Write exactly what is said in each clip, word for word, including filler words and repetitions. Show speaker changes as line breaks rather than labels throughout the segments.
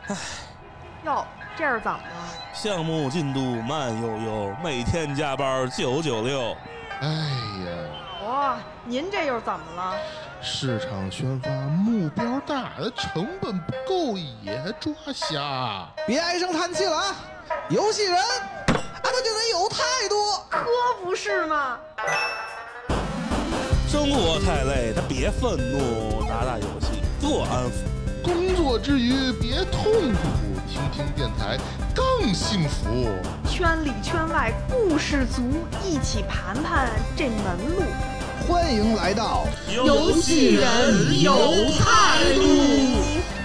唉，
哟，这是怎么了？
项目进度慢悠悠，每天加班九九六。
哎呀，
哇，您这又怎么了？
市场宣发目标大，成本不够也抓瞎。
别唉声叹气了啊！游戏人啊，他就得有态度，
可不是嘛。
生活太累，他别愤怒，打打游戏多安抚。
工作之余别痛苦，听听电台更幸福。
圈里圈外故事足，一起盘盘这门路。
欢迎来到
游戏人有态度。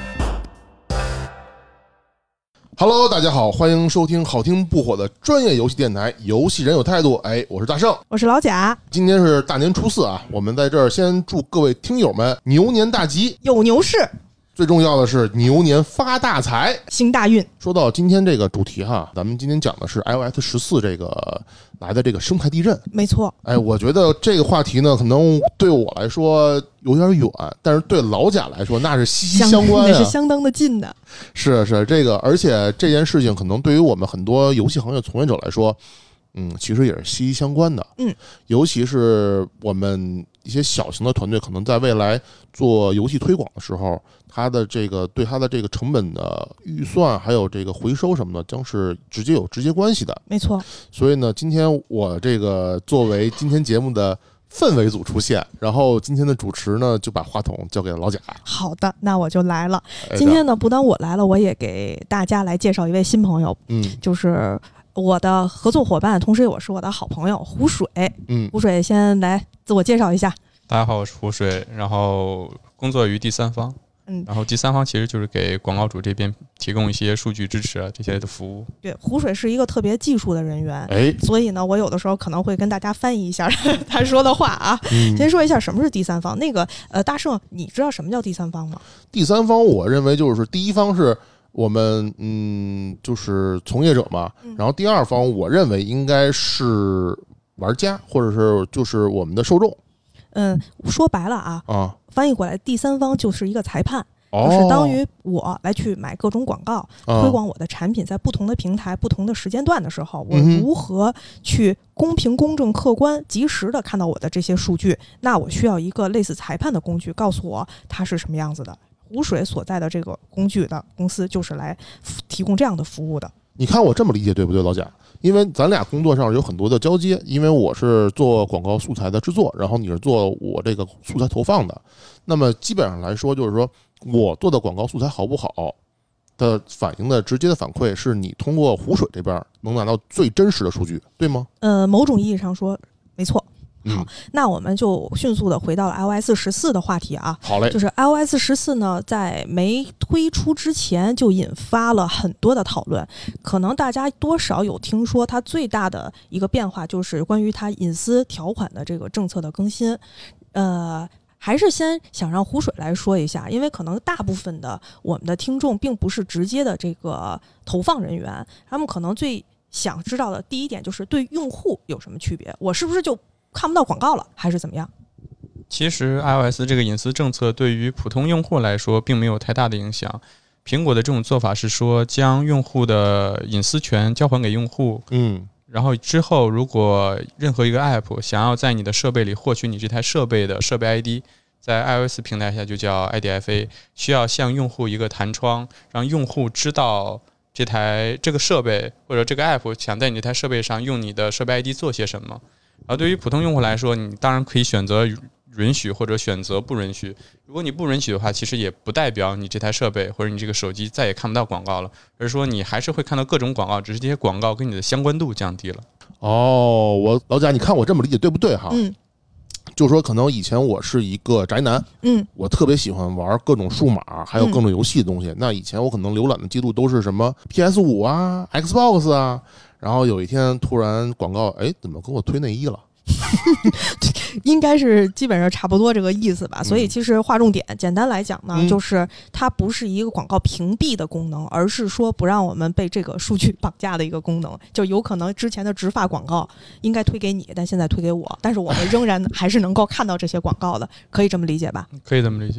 Hello， 大家好，欢迎收听好听不火的专业游戏电台《游戏人有态度》。哎，我是大圣，
我是老贾。
今天是大年初四啊，我们在这儿先祝各位听友们牛年大吉，
有牛市。
最重要的是牛年发大财，
行大运。
说到今天这个主题哈，咱们今天讲的是 i O S 十四 这个来的这个生态地震。
没错。
哎，我觉得这个话题呢，可能对我来说有点远，但是对老贾来说那是息息相关啊，
那是相当的近的。
是是这个，而且这件事情可能对于我们很多游戏行业从业者来说，嗯，其实也是息息相关的。
嗯，尤
其是我们一些小型的团队，可能在未来做游戏推广的时候，它的这个对它的这个成本的预算还有这个回收什么的，将是直接有直接关系的。
没错。所
以呢，今天我这个作为今天节目的氛围组出现，然后今天的主持呢就把话筒交给了老贾。
好的，那我就来了。今天呢，不单我来了，我也给大家来介绍一位新朋友，
嗯，
就是我的合作伙伴，同时也是我的好朋友湖水。
嗯，
湖水先来自我介绍一下。
大家好，我是湖水，然后工作于第三方。嗯，然后第三方其实就是给广告主这边提供一些数据支持啊这些的服务。
对，湖水是一个特别技术的人员，
哎，
所以呢，我有的时候可能会跟大家翻译一下他说的话啊。嗯、先说一下什么是第三方。那个呃，大圣，你知道什么叫第三方吗？
第三方，我认为就是第一方是我们嗯，就是从业者嘛，嗯、然后第二方我认为应该是玩家或者是就是我们的受众。
嗯，说白了啊，
啊，
翻译过来，第三方就是一个裁判，哦、就是当于我来去买各种广告，
哦、
推广我的产品，在不同的平台、不同的时间段的时候，我如何去公平、公正、客观、及时的看到我的这些数据？那我需要一个类似裁判的工具，告诉我它是什么样子的。湖水所在的这个工具的公司就是来提供这样的服务的。
你看我这么理解对不对，老贾？因为咱俩工作上有很多的交接，因为我是做广告素材的制作，然后你是做我这个素材投放的。那么基本上来说，就是说我做的广告素材好不好的反映的直接的反馈，是你通过湖水这边能拿到最真实的数据，对吗？
呃，某种意义上说，没错。好，
嗯、
那我们就迅速的回到了 i O S 十四 的话题啊。
好嘞，
就是 i O S 十四 呢，在没推出之前就引发了很多的讨论。可能大家多少有听说，它最大的一个变化就是关于它隐私条款的这个政策的更新。呃，还是先想让湖水来说一下，因为可能大部分的我们的听众并不是直接的这个投放人员，他们可能最想知道的第一点就是对用户有什么区别，我是不是就看不到广告了，还是怎么样？
其实 iOS 这个隐私政策对于普通用户来说并没有太大的影响。苹果的这种做法是说，将用户的隐私权交还给用户，
嗯，
然后之后如果任何一个 App 想要在你的设备里获取你这台设备的设备 I D， 在 iOS 平台下就叫 I D F A， 需要向用户一个弹窗，让用户知道这台这个设备或者这个 App 想在你这台设备上用你的设备 I D 做些什么。而对于普通用户来说，你当然可以选择允许或者选择不允许。如果你不允许的话，其实也不代表你这台设备或者你这个手机再也看不到广告了，而是说你还是会看到各种广告，只是这些广告跟你的相关度降低了。
哦，我老贾，你看我这么理解对不对哈？
嗯，
就是说可能以前我是一个宅男，
嗯，
我特别喜欢玩各种数码还有各种游戏的东西。嗯、那以前我可能浏览的记录都是什么 P S 五 啊 Xbox 啊，然后有一天突然广告，哎，怎么给我推内衣了？
应该是基本上差不多这个意思吧。所以其实划重点，简单来讲呢，
嗯、
就是它不是一个广告屏蔽的功能，而是说不让我们被这个数据绑架的一个功能。就有可能之前的植发广告应该推给你，但现在推给我，但是我们仍然还是能够看到这些广告的，可以这么理解吧？
可以这么理解。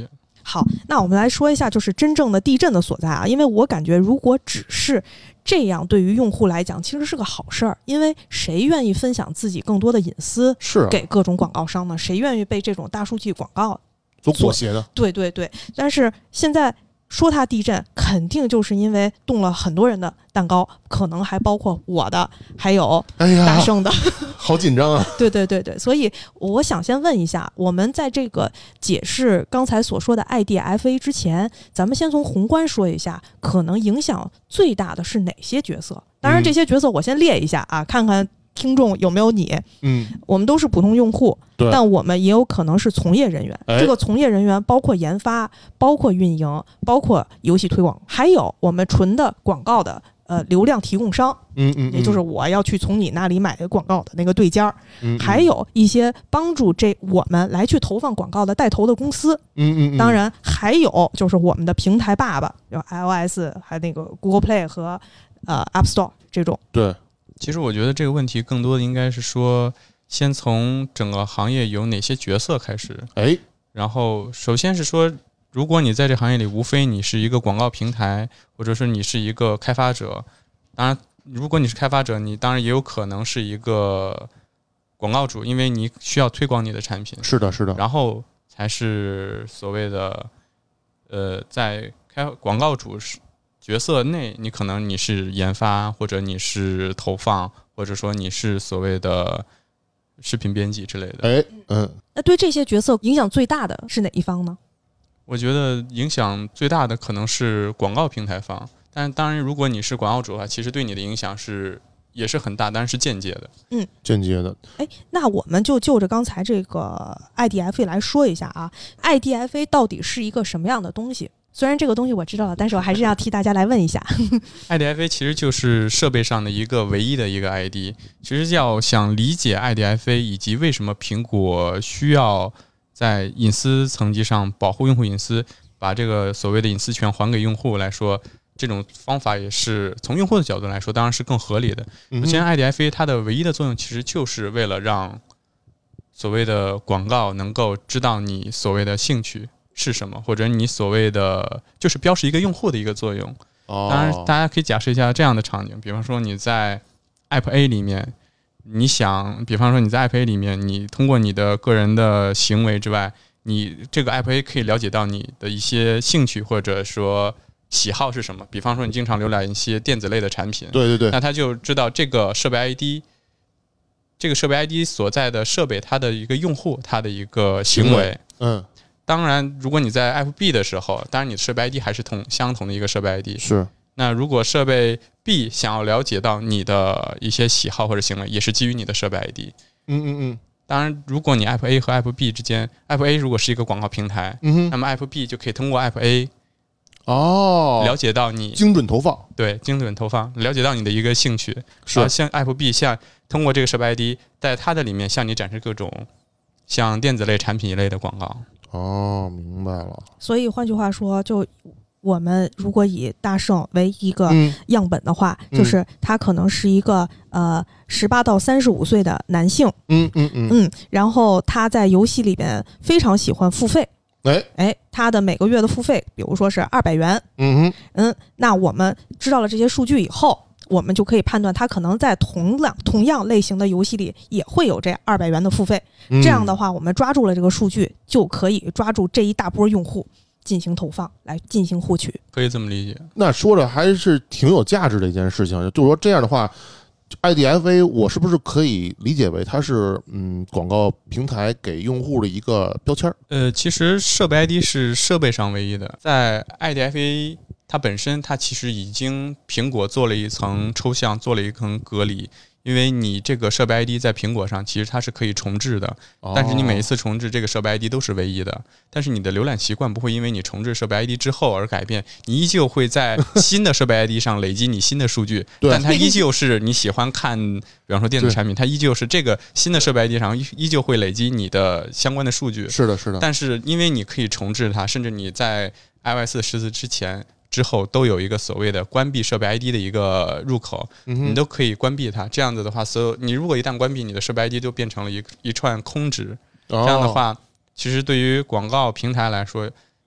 好，那我们来说一下，就是真正的地震的所在啊。因为我感觉，如果只是这样，对于用户来讲，其实是个好事儿。因为谁愿意分享自己更多的隐私
是
给各种广告商呢？谁愿意被这种大数据广告
所裹挟的？
对对对。但是现在说它地震，肯定就是因为动了很多人的蛋糕，可能还包括我的，还有大圣的。
哎好紧张啊！
对对对对，所以我想先问一下，我们在这个解释刚才所说的 I D F A 之前，咱们先从宏观说一下，可能影响最大的是哪些角色？当然，这些角色我先列一下啊，看看听众有没有你。
嗯，
我们都是普通用户，但我们也有可能是从业人员。
哎、
这个从业人员包括研发，包括运营，包括游戏推广，还有我们纯的广告的。呃，流量提供商，
嗯嗯，
也就是我要去从你那里买广告的那个对家儿，
嗯，
还有一些帮助这我们来去投放广告的带头的公司，
嗯嗯，
当然还有就是我们的平台爸爸，有 iOS， 还有那个 Google Play 和呃 App Store 这种。
对，
其实我觉得这个问题更多的应该是说，先从整个行业有哪些角色开始，
哎，
然后首先是说。如果你在这行业里，无非你是一个广告平台，或者说你是一个开发者，当然，如果你是开发者，你当然也有可能是一个广告主，因为你需要推广你的产品。
是的，是的。
然后才是所谓的，呃，在开广告主角色内，你可能你是研发，或者你是投放，或者说你是所谓的视频编辑之类的。
哎，嗯。
那对这些角色影响最大的是哪一方呢？
我觉得影响最大的可能是广告平台方，但当然，如果你是广告主的话，其实对你的影响是也是很大，但是间接的。
嗯，
间接的。
哎，那我们就就着刚才这个 I D F A 来说一下啊 ，I D F A 到底是一个什么样的东西？虽然这个东西我知道了，但是我还是要替大家来问一下。
I D F A 其实就是设备上的一个唯一的一个 I D。其实要想理解 I D F A 以及为什么苹果需要在隐私层级上保护用户隐私，把这个所谓的隐私权还给用户来说，这种方法也是从用户的角度来说，当然是更合理的。目前 I D F A 它的唯一的作用，其实就是为了让所谓的广告能够知道你所谓的兴趣是什么，或者你所谓的就是标识一个用户的一个作用。当然，大家可以假设一下这样的场景，比方说你在 App A 里面。你想，比方说你在 App A 里面，你通过你的个人的行为之外，你这个 App A 可以了解到你的一些兴趣或者说喜好是什么。比方说你经常浏览一些电子类的产品，
对对对，
那他就知道这个设备 I D， 这个设备 I D 所在的设备它的一个用户他的一个行为。
嗯，
当然，如果你在 App B 的时候，当然你的设备 I D 还是同相同的一个设备 I D。
是。
那如果设备 B 想要了解到你的一些喜好或者行为，也是基于你的设备 I D。
嗯嗯嗯。
当然，如果你 App A 和 App B 之间 ，App A 如果是一个广告平台，
嗯，
那么 App B 就可以通过 App A
哦
了解到你
精准投放，
对精准投放，了解到你的一个兴趣。
是
像 App B 像通过这个设备 I D， 在它的里面向你展示各种像电子类产品一类的广告。
哦，明白了。
所以换句话说，就我们如果以大圣为一个样本的话，
嗯、
就是他可能是一个呃十八到三十五岁的男性，
嗯嗯嗯
嗯，然后他在游戏里边非常喜欢付费，
哎
哎，他的每个月的付费，比如说是二百元，
嗯哼
嗯，那我们知道了这些数据以后，我们就可以判断他可能在同样同样类型的游戏里也会有这二百元的付费，
嗯、
这样的话，我们抓住了这个数据，就可以抓住这一大波用户。进行投放来进行获取，
可以这么理解。
那说的还是挺有价值的一件事情，就是说这样的话 ，I D F A 我是不是可以理解为它是嗯广告平台给用户的一个标签？
呃，其实设备 I D 是设备上唯一的，在 I D F A 它本身它其实已经苹果做了一层抽象，做了一层隔离。因为你这个设备 I D 在苹果上其实它是可以重置的，但是你每一次重置这个设备 I D 都是唯一的，但是你的浏览习惯不会因为你重置设备 I D 之后而改变，你依旧会在新的设备 I D 上累积你新的数据，但它依旧是你喜欢看，比方说电子产品，它依旧是这个新的设备 I D 上依旧会累积你的相关的数据。
是的，是的。
但是因为你可以重置它，甚至你在 iOS 十四之前。之后都有一个所谓的关闭设备 I D 的一个入口，
嗯、
你都可以关闭它。这样子的话，所有你如果一旦关闭，你的设备 I D 就变成了一一串空值。
哦、
这样的话，其实对于广告平台来说，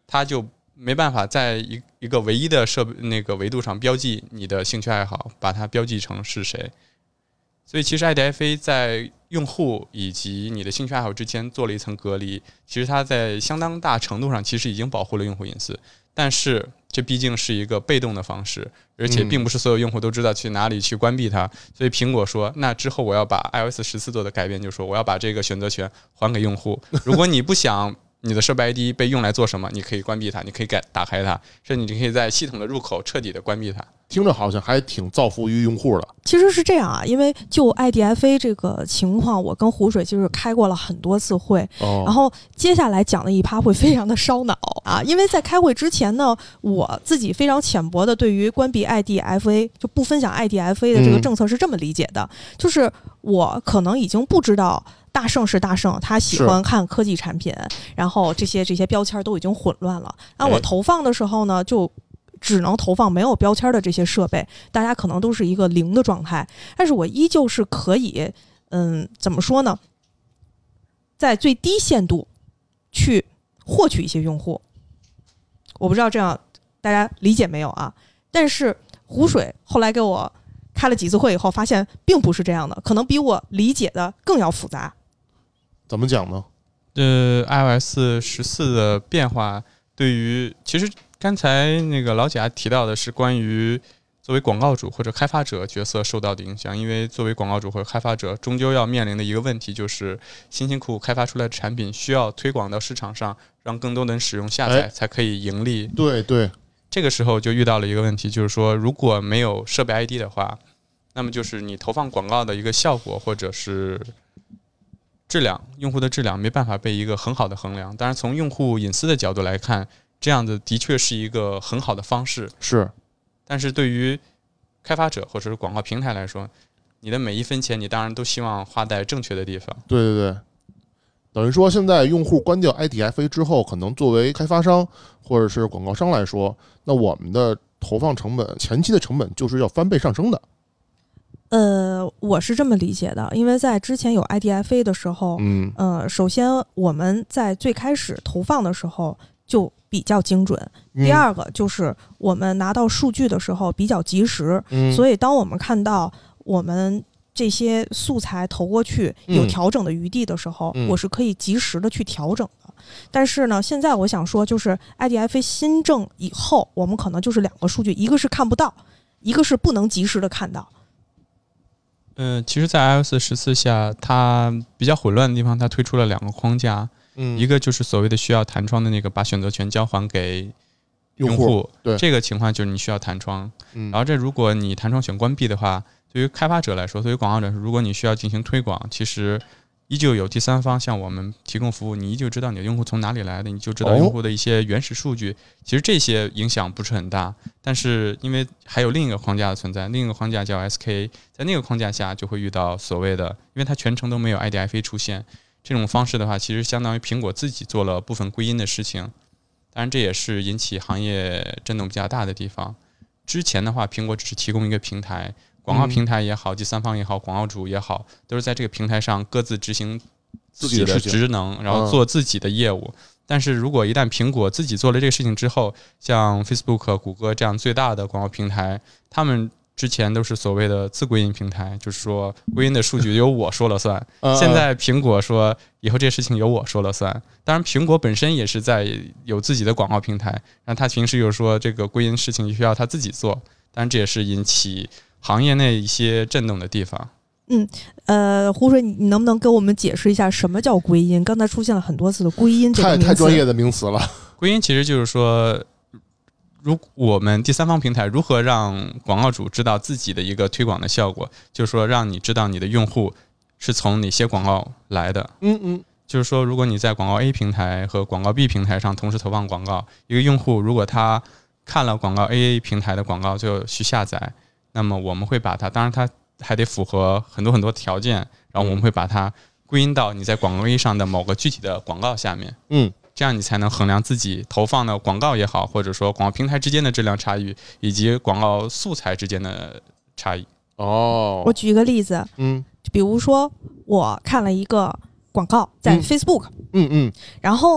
它就没办法在一一个唯一的设备那个维度上标记你的兴趣爱好，把它标记成是谁。所以其实 I D F A 在用户以及你的兴趣爱好之间做了一层隔离，其实它在相当大程度上其实已经保护了用户隐私，但是这毕竟是一个被动的方式，而且并不是所有用户都知道去哪里去关闭它。所以苹果说，那之后我要把 i O S 十四做的改变，就是说我要把这个选择权还给用户。如果你不想你的设备 I D 被用来做什么，你可以关闭它，你可以改打开它，甚至你可以在系统的入口彻底的关闭它。
听着好像还挺造福于用户的。
其实是这样啊，因为就 I D F A 这个情况，我跟湖水其实开过了很多次会，
哦、
然后接下来讲的一趴会非常的烧脑啊，因为在开会之前呢，我自己非常浅薄的对于关闭 I D F A 就不分享 I D F A 的这个政策是这么理解的，嗯、就是我可能已经不知道大圣是大圣，他喜欢看科技产品，然后这些这些标签都已经混乱了。那我投放的时候呢，就只能投放没有标签的这些设备，大家可能都是一个零的状态，但是我依旧是可以，嗯，怎么说呢，在最低限度去获取一些用户。我不知道这样大家理解没有啊？但是湖水后来给我开了几次会以后，发现并不是这样的，可能比我理解的更要复杂。
怎么讲呢？
呃 ，i O S 十四的变化对于其实。刚才那个老贾提到的是关于作为广告主或者开发者角色受到的影响，因为作为广告主或者开发者，终究要面临的一个问题就是辛辛苦苦开发出来的产品需要推广到市场上，让更多人使用下载，才可以盈利。
对对，
这个时候就遇到了一个问题，就是说如果没有设备 I D 的话，那么就是你投放广告的一个效果或者是质量，用户的质量没办法被一个很好的衡量。当然，从用户隐私的角度来看，这样子的确是一个很好的方式，
是。
但是对于开发者或者是广告平台来说，你的每一分钱，你当然都希望花在正确的地方。
对对对，等于说现在用户关掉 I D F A 之后，可能作为开发商或者是广告商来说，那我们的投放成本前期的成本就是要翻倍上升的。
呃，我是这么理解的，因为在之前有 I D F A 的时候，嗯，呃，首先我们在最开始投放的时候就比较精准，第二个就是我们拿到数据的时候比较及时，嗯、所以当我们看到我们这些素材投过去有调整的余地的时候，嗯、我是可以及时的去调整的。但是呢，现在我想说，就是 I D F A 新政以后，我们可能就是两个数据，一个是看不到，一个是不能及时的看到。
嗯、呃，其实，在 i O S 十四下，它比较混乱的地方，它推出了两个框架。嗯、一个就是所谓的需要弹窗的那个，把选择权交还给用户，
用户对
这个情况就是你需要弹窗。嗯、然后这如果你弹窗选关闭的话，对于开发者来说，对于广告者，如果你需要进行推广，其实依旧有第三方向我们提供服务，你依旧知道你的用户从哪里来的，你就知道用户的一些原始数据。哦、其实这些影响不是很大，但是因为还有另一个框架的存在，另一个框架叫 S K A， 在那个框架下就会遇到所谓的，因为它全程都没有 I D F A 出现。这种方式的话，其实相当于苹果自己做了部分归因的事情，当然这也是引起行业震动比较大的地方。之前的话，苹果只是提供一个平台，广告平台也好，第三方也好，广告主也好，都是在这个平台上各自执行自己的职能，然后做自己的业务。但是如果一旦苹果自己做了这个事情之后，像 Facebook、谷歌这样最大的广告平台，他们之前都是所谓的自归因平台，就是说归因的数据由我说了算。现在苹果说以后这事情由我说了算。当然苹果本身也是在有自己的广告平台，然后他平时又说这个归因事情需要他自己做，当然这也是引起行业内一些震动的地方。
嗯，呃，湖水，你能不能给我们解释一下什么叫归因？刚才出现了很多次的归因这个名词，
太太专业的名词了。
归因其实就是说，如我们第三方平台如何让广告主知道自己的一个推广的效果，就是说让你知道你的用户是从哪些广告来的。
嗯嗯，
就是说如果你在广告 A 平台和广告 B 平台上同时投放广告，一个用户如果他看了广告 A 平台的广告就去下载，那么我们会把它，当然它还得符合很多很多条件，然后我们会把它归因到你在广告 A 上的某个具体的广告下面。
嗯，
这样你才能衡量自己投放的广告也好，或者说广告平台之间的质量差异，以及广告素材之间的差异。
哦，
我举一个例子，嗯，比如说我看了一个广告在 Facebook，
嗯 嗯, 嗯，
然后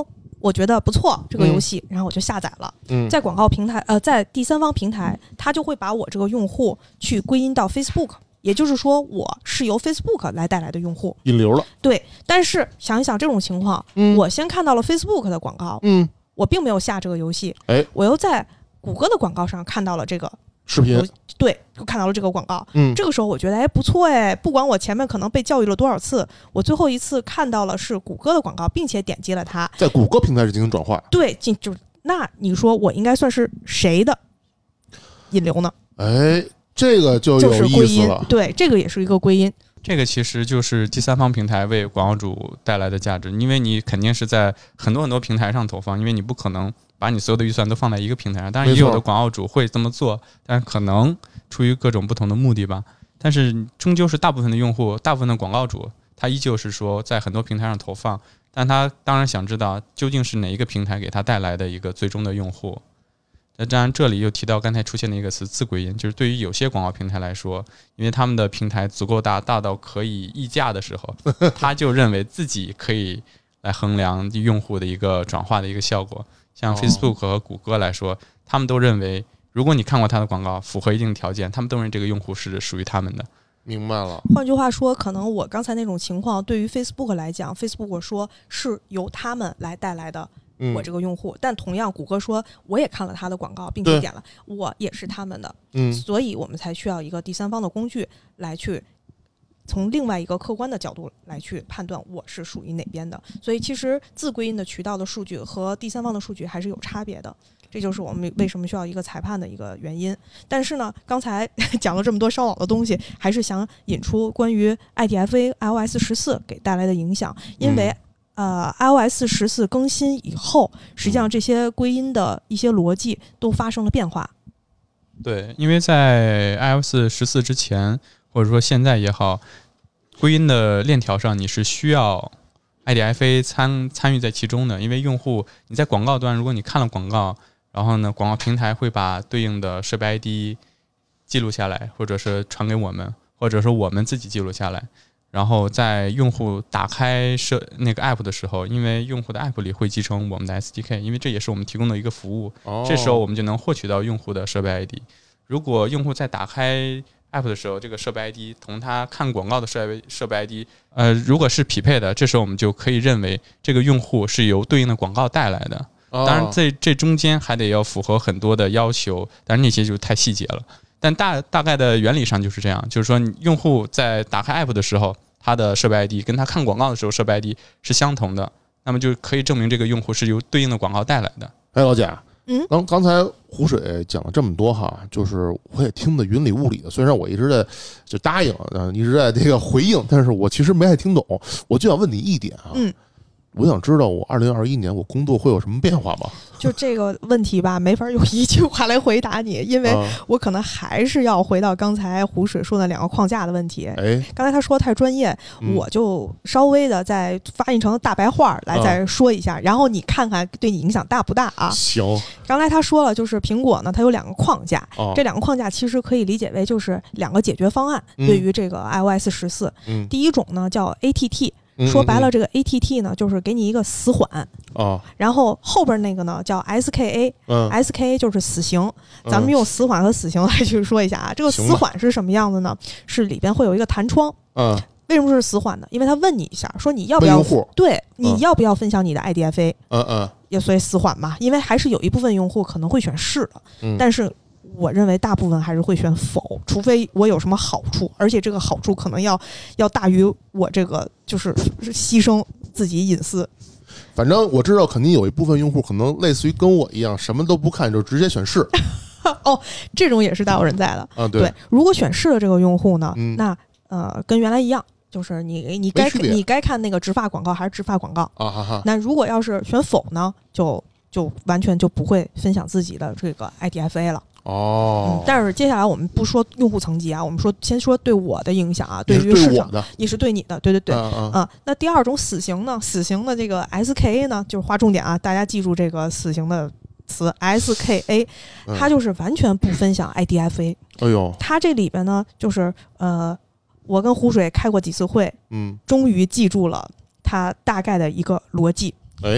我觉得不错这个游戏，嗯、然后我就下载了。
嗯，
在广告平台，呃，在第三方平台，它就会把我这个用户去归因到 Facebook， 也就是说，我是由 Facebook 来带来的用户，
引流了。
对，但是想一想这种情况，嗯、我先看到了 Facebook 的广告，
嗯，
我并没有下这个游戏，
哎，
我又在谷歌的广告上看到了这个
视频，
对，就看到了这个广告，
嗯，
这个时候我觉得哎不错哎，不管我前面可能被教育了多少次，我最后一次看到了是谷歌的广告，并且点击了它，
在谷歌平台上进行转化，
对，进就那你说我应该算是谁的引流呢？
哎，这个就有意思了，
对，这个也是一个归因。
这个其实就是第三方平台为广告主带来的价值，因为你肯定是在很多很多平台上投放，因为你不可能把你所有的预算都放在一个平台上。当然，也有的广告主会这么做，但可能出于各种不同的目的吧。但是终究是大部分的用户，大部分的广告主，他依旧是说在很多平台上投放，但他当然想知道究竟是哪一个平台给他带来的一个最终的用户。那当然，这里又提到刚才出现的一个词自归因，就是对于有些广告平台来说，因为他们的平台足够大，大到可以议价的时候，他就认为自己可以来衡量用户的一个转化的一个效果。像 Facebook 和谷歌来说，他们都认为，如果你看过他的广告，符合一定条件，他们都认为这个用户是属于他们的。
明白了。
换句话说，可能我刚才那种情况，对于 Facebook 来讲 ，Facebook 说是由他们来带来的。我这个用户，但同样谷歌说我也看了他的广告，并且点了，我也是他们的，嗯，所以我们才需要一个第三方的工具来去从另外一个客观的角度来去判断我是属于哪边的。所以其实自归因的渠道的数据和第三方的数据还是有差别的，这就是我们为什么需要一个裁判的一个原因。但是呢，刚才讲了这么多烧脑的东西，还是想引出关于 I D F A I O S 十四 给带来的影响，因为、嗯呃 iOS 十四更新以后，实际上这些归因的一些逻辑都发生了变化。
对，因为在 iOS 十四之前，或者说现在也好，归因的链条上你是需要 I D F A 参参与在其中的，因为用户你在广告端，如果你看了广告，然后呢，广告平台会把对应的设备 I D 记录下来，或者是传给我们，或者说我们自己记录下来。然后在用户打开设那个 app 的时候，因为用户的 app 里会集成我们的 S D K， 因为这也是我们提供的一个服务，哦、这时候我们就能获取到用户的设备 I D。如果用户在打开 app 的时候，这个设备 I D 同他看广告的设备设备 I D， 呃，如果是匹配的，这时候我们就可以认为这个用户是由对应的广告带来的。当然这，这这中间还得要符合很多的要求，但是那些就太细节了。但大大概的原理上就是这样，就是说用户在打开 app 的时候，他的设备 I D 跟他看广告的时候设备 I D 是相同的，那么就可以证明这个用户是由对应的广告带来的。
哎，老贾，嗯，刚刚才湖水讲了这么多哈，就是我也听得云里雾里的，虽然我一直在就答应，呃，一直在这个回应，但是我其实没太听懂。我就想问你一点啊，嗯，我想知道我二零二一年我工作会有什么变化吗？
就这个问题吧，没法用一句话来回答你，因为我可能还是要回到刚才湖水说的两个框架的问题。哎，刚才他说太专业，嗯、我就稍微的再发译成大白话来再说一下，嗯、然后你看看对你影响大不大啊？
行。
刚才他说了，就是苹果呢，它有两个框架，哦、这两个框架其实可以理解为就是两个解决方案，嗯、对于这个 iOS 十四，嗯，第一种呢叫 A T T。说白了，这个 A T T 呢，就是给你一个死缓，哦，然后后边那个呢叫 S K A， 嗯 ，S K A 就是死刑。咱们用死缓和死刑来去说一下啊，这个死缓是什么样子呢？是里边会有一个弹窗，嗯，为什么是死缓呢？因为他问你一下，说你要不要对，你要不要分享你的 I D F A，嗯嗯，也所以死缓嘛，因为还是有一部分用户可能会选是的，嗯，但是。我认为大部分还是会选否，除非我有什么好处，而且这个好处可能要要大于我这个就是牺牲自己隐私。
反正我知道，肯定有一部分用户可能类似于跟我一样，什么都不看就直接选是。
哦，这种也是大有人在的
啊。对，
对，如果选是的这个用户呢，嗯、那呃跟原来一样。就是你你该你该看那个植发广告还是植发广告啊？哈哈。那如果要是选否呢，就就完全就不会分享自己的这个 I D F A 了。哦、嗯，但是接下来我们不说用户层级啊，我们说先说对我的影响啊，对于市场也是对你的，对对对，啊、嗯，那第二种死刑呢，死刑的这个 S K A 呢，就是划重点啊，大家记住这个死刑的词 S K A， 它就是完全不分享 I D F A。哎呦，它这里边呢，就是呃，我跟湖水开过几次会，嗯，终于记住了它大概的一个逻辑。哎，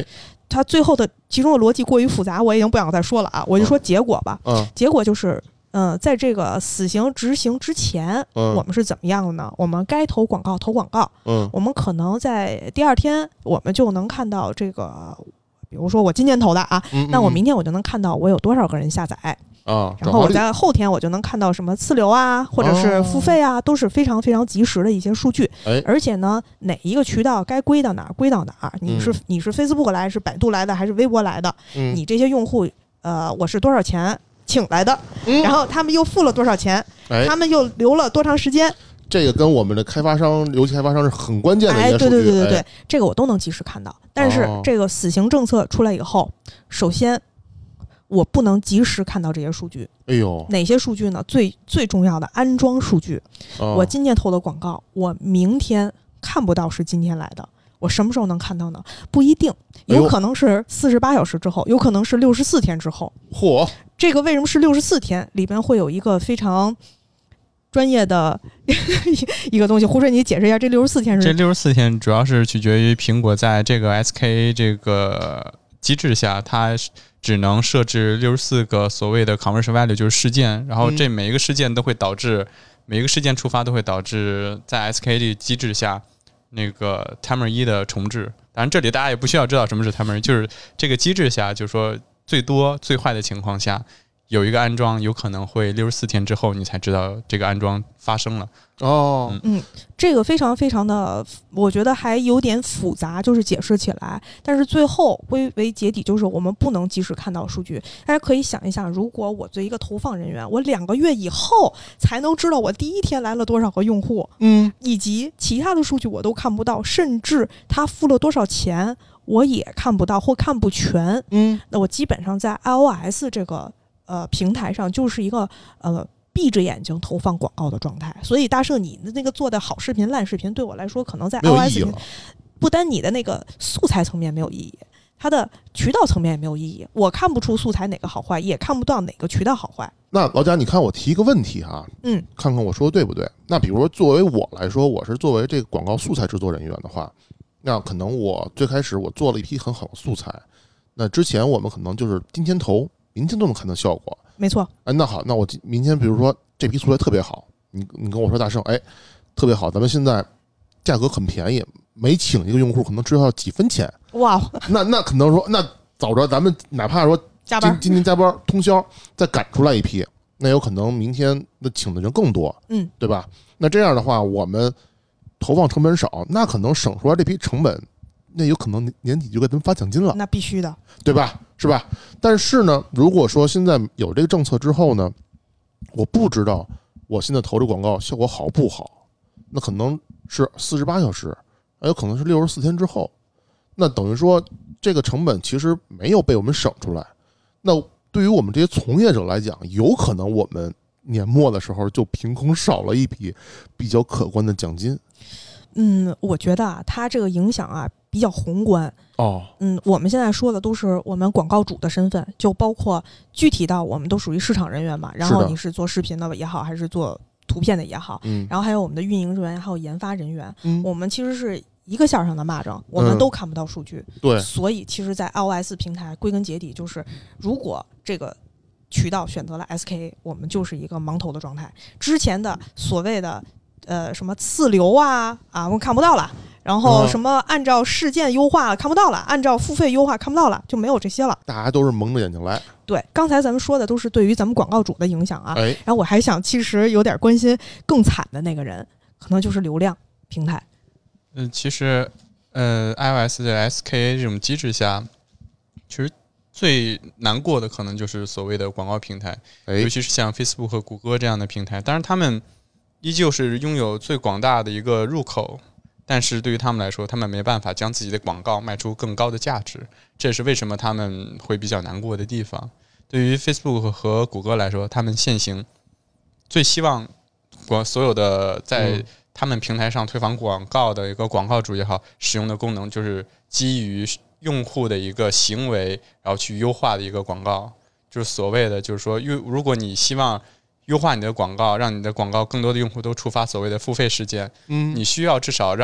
它最后的其中的逻辑过于复杂，我已经不想再说了啊，我就说结果吧。
嗯，
结果就是，嗯、呃，在这个死刑执行之前，
嗯、
我们是怎么样的呢？我们该投广告投广告，
嗯，
我们可能在第二天我们就能看到这个，比如说我今天投的啊，
嗯嗯、
那我明天我就能看到我有多少个人下载。
啊，
然后我在后天我就能看到什么次流啊，或者是付费啊，哦、都是非常非常及时的一些数据。
哎，
而且呢，哪一个渠道该归到哪儿归到哪儿，你是、
嗯、
你是 Facebook 来，是百度来的，还是微博来的？
嗯、
你这些用户，呃，我是多少钱请来的？
嗯、
然后他们又付了多少钱？
哎，
他们又留了多长时间？
这个跟我们的开发商、游戏开发商是很关键的一些数据。
哎，对对对对对，
哎、
这个我都能及时看到。但是这个死刑政策出来以后，首先。我不能及时看到这些数据。
哎呦，
哪些数据呢？最最重要的安装数据。哦、我今天投的广告，我明天看不到是今天来的，我什么时候能看到呢？不一定，有可能是四十八小时之后，有可能是六十四天之后。
嚯！
这个为什么是六十四天？里边会有一个非常专业的一个东西。胡水，你解释一下，这六十四天是？
这六十四天主要是取决于苹果在这个 S K A 这个机制下，它只能设置六十四个所谓的 conversion value， 就是事件，然后这每一个事件都会导致、嗯、每一个事件触发都会导致在 S K A 这个机制下那个 timer 一的重置。当然，这里大家也不需要知道什么是 timer 一，就是这个机制下，就是说最多最坏的情况下，有一个安装有可能会六十四天之后你才知道这个安装发生了。
哦，
嗯，这个非常非常的，我觉得还有点复杂，就是解释起来。但是最后归为结底，就是我们不能及时看到数据。大家可以想一想，如果我作为一个投放人员，我两个月以后才能知道我第一天来了多少个用户，
嗯，
以及其他的数据我都看不到，甚至他付了多少钱我也看不到或看不全。
嗯，
那我基本上在 iOS 这个呃平台上就是一个呃。闭着眼睛投放广告的状态，所以大圣你的那个做的好视频烂视频对我来说可能在 iOS 里不单你的那个素材层面没有意义，它的渠道层面也没有意义，我看不出素材哪个好坏，也看不到哪个渠道好坏。
那老贾，你看我提一个问题哈，
嗯，看
看我说的对不对。那比如说作为我来说，我是作为这个广告素材制作人员的话，那可能我最开始我做了一批很好的素材，那之前我们可能就是今天投明天都能看到效果。
没错，
哎，那好，那我明天比如说这批素材特别好，你你跟我说大圣，哎，特别好，咱们现在价格很便宜，每请一个用户可能只要几分钱，
哇，
那那可能说，那早着咱们哪怕说
加班，
今天加班通宵再赶出来一批，那有可能明天的请的人更多，
嗯，
对吧？那这样的话，我们投放成本少，那可能省出来这批成本。那有可能年底就给他们发奖金了，
那必须的，
对吧？是吧？但是呢，如果说现在有这个政策之后呢，我不知道我现在投这广告效果好不好，那可能是四十八小时，还有可能是六十四天之后，那等于说这个成本其实没有被我们省出来。那对于我们这些从业者来讲，有可能我们年末的时候就凭空少了一笔比较可观的奖金。
嗯，我觉得啊，它这个影响啊比较宏观
哦。
嗯，我们现在说的都是我们广告主的身份，就包括具体到我们都属于市场人员嘛，然后你是做视频的也好，还是做图片的也好，
嗯，
然后还有我们的运营人员，还有研发人员，
嗯，
我们其实是一个线上的蚂蚱，我们都看不到数据，
嗯、对，
所以其实，在 iOS 平台归根结底就是，如果这个渠道选择了 S K A， 我们就是一个盲投的状态。之前的所谓的呃什么次流啊啊，我们看不到了。然后什么按照事件优化看不到了，按照付费优化看不到了，就没有这些了。
大家都是蒙着眼睛来。
对，刚才咱们说的都是对于咱们广告主的影响啊。
哎，
然后我还想，其实有点关心更惨的那个人，可能就是流量平台。
嗯、呃，其实呃 ，iOS 的 S K A 这种机制下，其实最难过的可能就是所谓的广告平台，
哎、
尤其是像 Facebook 和谷歌这样的平台。当然，他们依旧是拥有最广大的一个入口。但是对于他们来说，他们没办法将自己的广告卖出更高的价值，这也是为什么他们会比较难过的地方。对于 Facebook 和谷歌来说，他们现行最希望我所有的在他们平台上推广广告的一个广告主也好，使用的功能就是基于用户的一个行为，然后去优化的一个广告，就是所谓的就是说，如果你希望优化你的广告，让你的广告更多的用户都触发所谓的付费事件，
嗯，
你需要至少让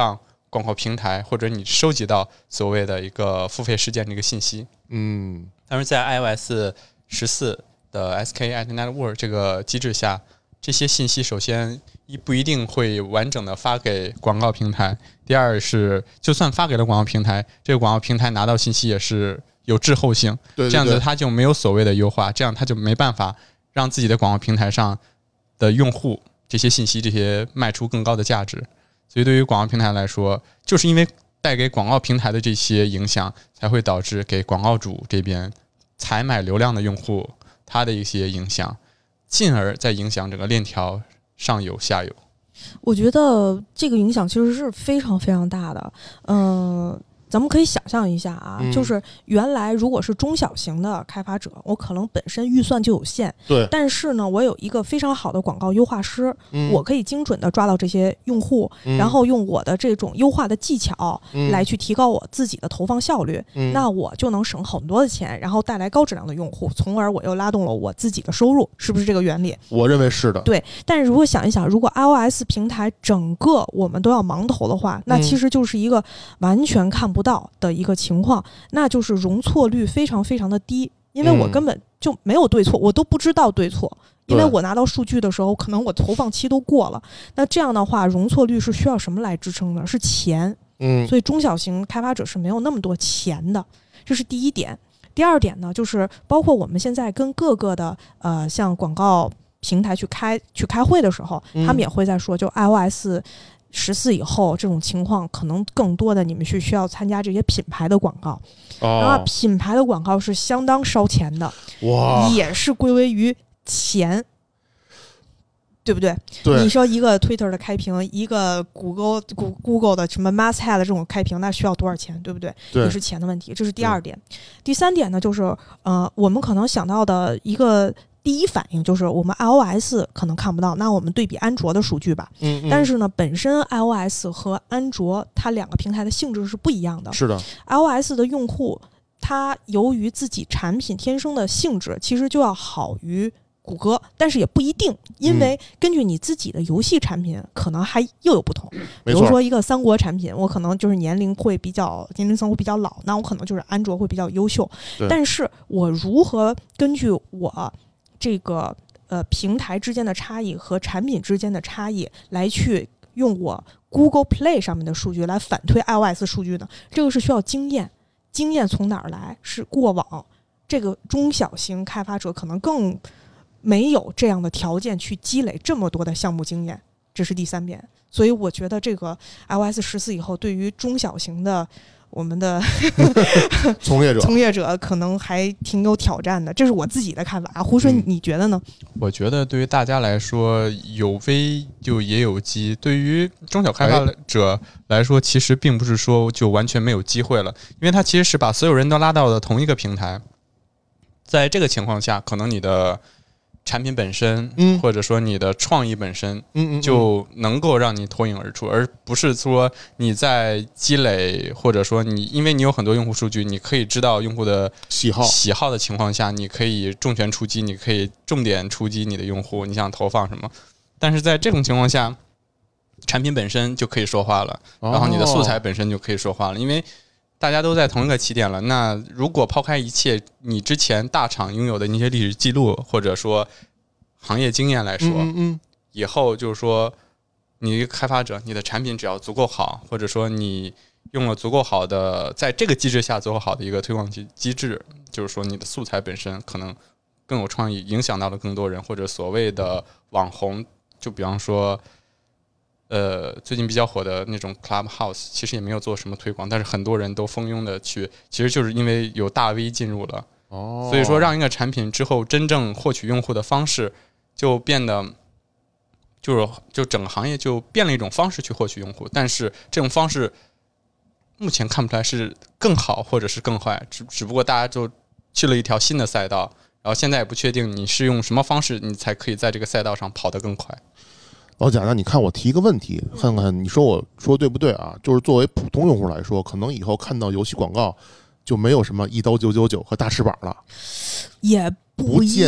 广告平台，或者你收集到所谓的一个付费事件这个信息。
嗯，
但是在 iOS 十四的 S K Ad Network 这个机制下，这些信息首先一不一定会完整的发给广告平台，第二是就算发给了广告平台，这个广告平台拿到信息也是有滞后性，
对对对，
这样子它就没有所谓的优化，这样它就没办法让自己的广告平台上的用户这些信息这些卖出更高的价值。所以对于广告平台来说，就是因为带给广告平台的这些影响，才会导致给广告主这边采买流量的用户他的一些影响，进而再影响整个链条上游下游。
我觉得这个影响其实是非常非常大的。嗯、呃，咱们可以想象一下啊，
嗯、
就是原来如果是中小型的开发者，我可能本身预算就有限，
对，
但是呢，我有一个非常好的广告优化师，
嗯、
我可以精准的抓到这些用户，
嗯、
然后用我的这种优化的技巧、
嗯、
来去提高我自己的投放效率，
嗯、
那我就能省很多的钱，然后带来高质量的用户，从而我又拉动了我自己的收入，是不是这个原理？
我认为是的。
对，但是如果想一想，如果 iOS 平台整个我们都要盲投的话，那其实就是一个完全看不到的一个情况，那就是容错率非常非常的低，因为我根本就没有对错，我都不知道对错，因为我拿到数据的时候，可能我投放期都过了。那这样的话，容错率是需要什么来支撑的？是钱。
嗯，
所以中小型开发者是没有那么多钱的，这是第一点。第二点呢，就是包括我们现在跟各个的呃像广告平台去开去开会的时候，
嗯、
他们也会在说，就 iOS十四以后这种情况，可能更多的你们是需要参加这些品牌的广告，
哦、
然后品牌的广告是相当烧钱的，
哇，
也是归为于钱，对不对？
对，
你说一个 Twitter 的开屏，一个谷歌谷 Google 的什么 Masthead 的这种开屏，那需要多少钱，对不对？
对，
也是钱的问题，这是第二点。第三点呢，就是呃，我们可能想到的一个。第一反应就是我们 iOS 可能看不到，那我们对比安卓的数据吧。
嗯，嗯
但是呢，本身 iOS 和安卓它两个平台的性质是不一样的。
是的
，iOS 的用户他由于自己产品天生的性质，其实就要好于谷歌，但是也不一定，因为根据你自己的游戏产品，可能还又有不同。比如说一个三国产品，我可能就是年龄会比较年龄层会比较老，那我可能就是安卓会比较优秀。但是我如何根据我这个呃平台之间的差异和产品之间的差异来去用我 Google Play 上面的数据来反推 iOS 数据呢？这个是需要经验，经验从哪儿来？是过往这个中小型开发者可能更没有这样的条件去积累这么多的项目经验，这是第三点。所以我觉得这个 iOS 十四以后对于中小型的我们的
从业者
从业者可能还挺有挑战的，这是我自己的看法啊。胡顺，你觉得呢？
我觉得对于大家来说，有危就也有机。对于中小开发者来说，其实并不是说就完全没有机会了，因为它其实是把所有人都拉到了同一个平台。在这个情况下，可能你的产品本身，
嗯，
或者说你的创意本身，
嗯，
就能够让你脱颖而出，而不是说你在积累，或者说你因为你有很多用户数据，你可以知道用户的
喜好
喜好的情况下，你可以重拳出击，你可以重点出击你的用户，你想投放什么。但是在这种情况下，产品本身就可以说话了，然后你的素材本身就可以说话了，因为大家都在同一个起点了。那如果抛开一切你之前大厂拥有的那些历史记录，或者说行业经验来说，
嗯嗯，
以后就是说你一个开发者，你的产品只要足够好，或者说你用了足够好的，在这个机制下足够好的一个推广机机制，就是说你的素材本身可能更有创意，影响到了更多人，或者所谓的网红，就比方说呃，最近比较火的那种 Clubhouse， 其实也没有做什么推广，但是很多人都蜂拥的去，其实就是因为有大 V 进入了，
哦，
所以说让一个产品之后真正获取用户的方式就变得，就是就整个行业就变了一种方式去获取用户，但是这种方式目前看不出来是更好或者是更坏，只只不过大家就去了一条新的赛道，然后现在也不确定你是用什么方式你才可以在这个赛道上跑得更快。
老贾，那你看我提一个问题，看看你说我说对不对啊？就是作为普通用户来说，可能以后看到游戏广告就没有什么一刀九九九和大翅膀了，
也不一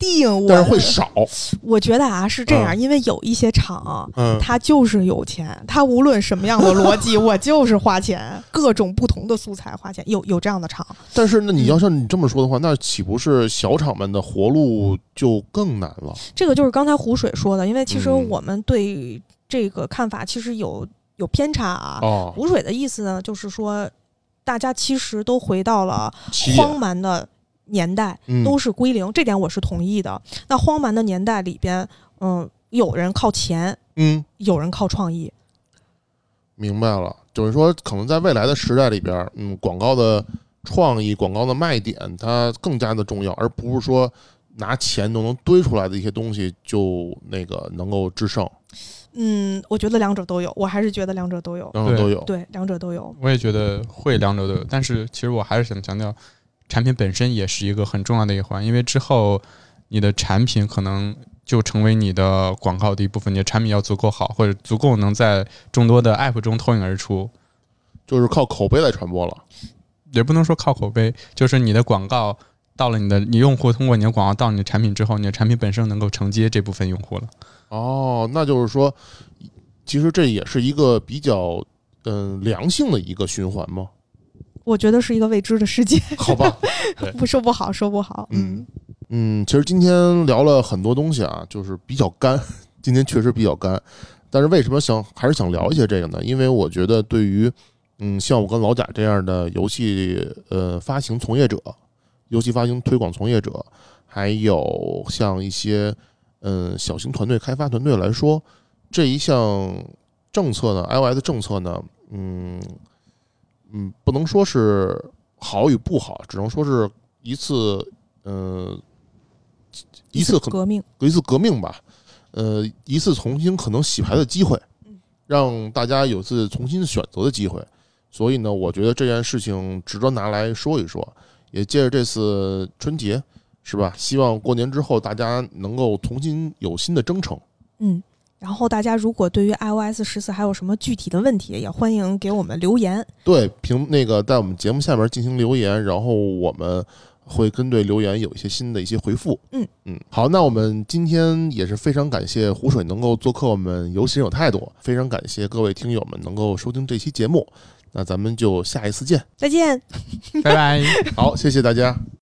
定，
但是会少。
我觉得啊是这样，
嗯、
因为有一些厂，
嗯，
它就是有钱，它无论什么样的逻辑，我就是花钱，各种不同的素材花钱，有有这样的厂。
但是那你要像你这么说的话，嗯、那岂不是小厂们的活路就更难了？
这个就是刚才湖水说的，因为其实我们对这个看法其实有有偏差啊。
哦，
湖水的意思呢，就是说大家其实都回到了荒蛮的年代，都是归零，嗯、这点我是同意的。那荒蛮的年代里边，嗯，有人靠钱，
嗯，
有人靠创意。
明白了，就是说，可能在未来的时代里边，嗯，广告的创意、广告的卖点，它更加的重要，而不是说拿钱都能堆出来的一些东西就那个能够制胜。
嗯，我觉得两者都有，我还是觉得两者都有，
两者都有，
对，两者都有。
我也觉得会两者都有，但是其实我还是想强调，产品本身也是一个很重要的一环，因为之后你的产品可能就成为你的广告的一部分，你的产品要足够好，或者足够能在众多的 app 中脱颖而出，
就是靠口碑来传播了。
也不能说靠口碑，就是你的广告到了你的，你用户通过你的广告到你的产品之后，你的产品本身能够承接这部分用户了。
哦，那就是说，其实这也是一个比较嗯、呃、良性的一个循环吗？
我觉得是一个未知的世界。
好吧，
不说不好，说不好。
嗯嗯，其实今天聊了很多东西啊，就是比较干，今天确实比较干。但是为什么想还是想聊一些这个呢？因为我觉得对于嗯像我跟老贾这样的游戏呃发行从业者、游戏发行推广从业者，还有像一些嗯小型团队、开发团队来说，这一项政策呢 ，iOS 政策呢，嗯嗯，不能说是好与不好，只能说是一次嗯、呃、一次
革命，
一次革命吧。呃，一次重新可能洗牌的机会，让大家有次重新选择的机会。所以呢，我觉得这件事情值得拿来说一说，也借着这次春节，是吧？希望过年之后大家能够重新有新的征程。
嗯，然后大家如果对于 iOS 十四还有什么具体的问题，也欢迎给我们留言。
对，评那个在我们节目下面进行留言，然后我们会针对留言有一些新的一些回复。
嗯
嗯，好，那我们今天也是非常感谢湖水能够做客我们游戏人有态度，非常感谢各位听友们能够收听这期节目，那咱们就下一次见，
再见，
拜拜。
好，谢谢大家。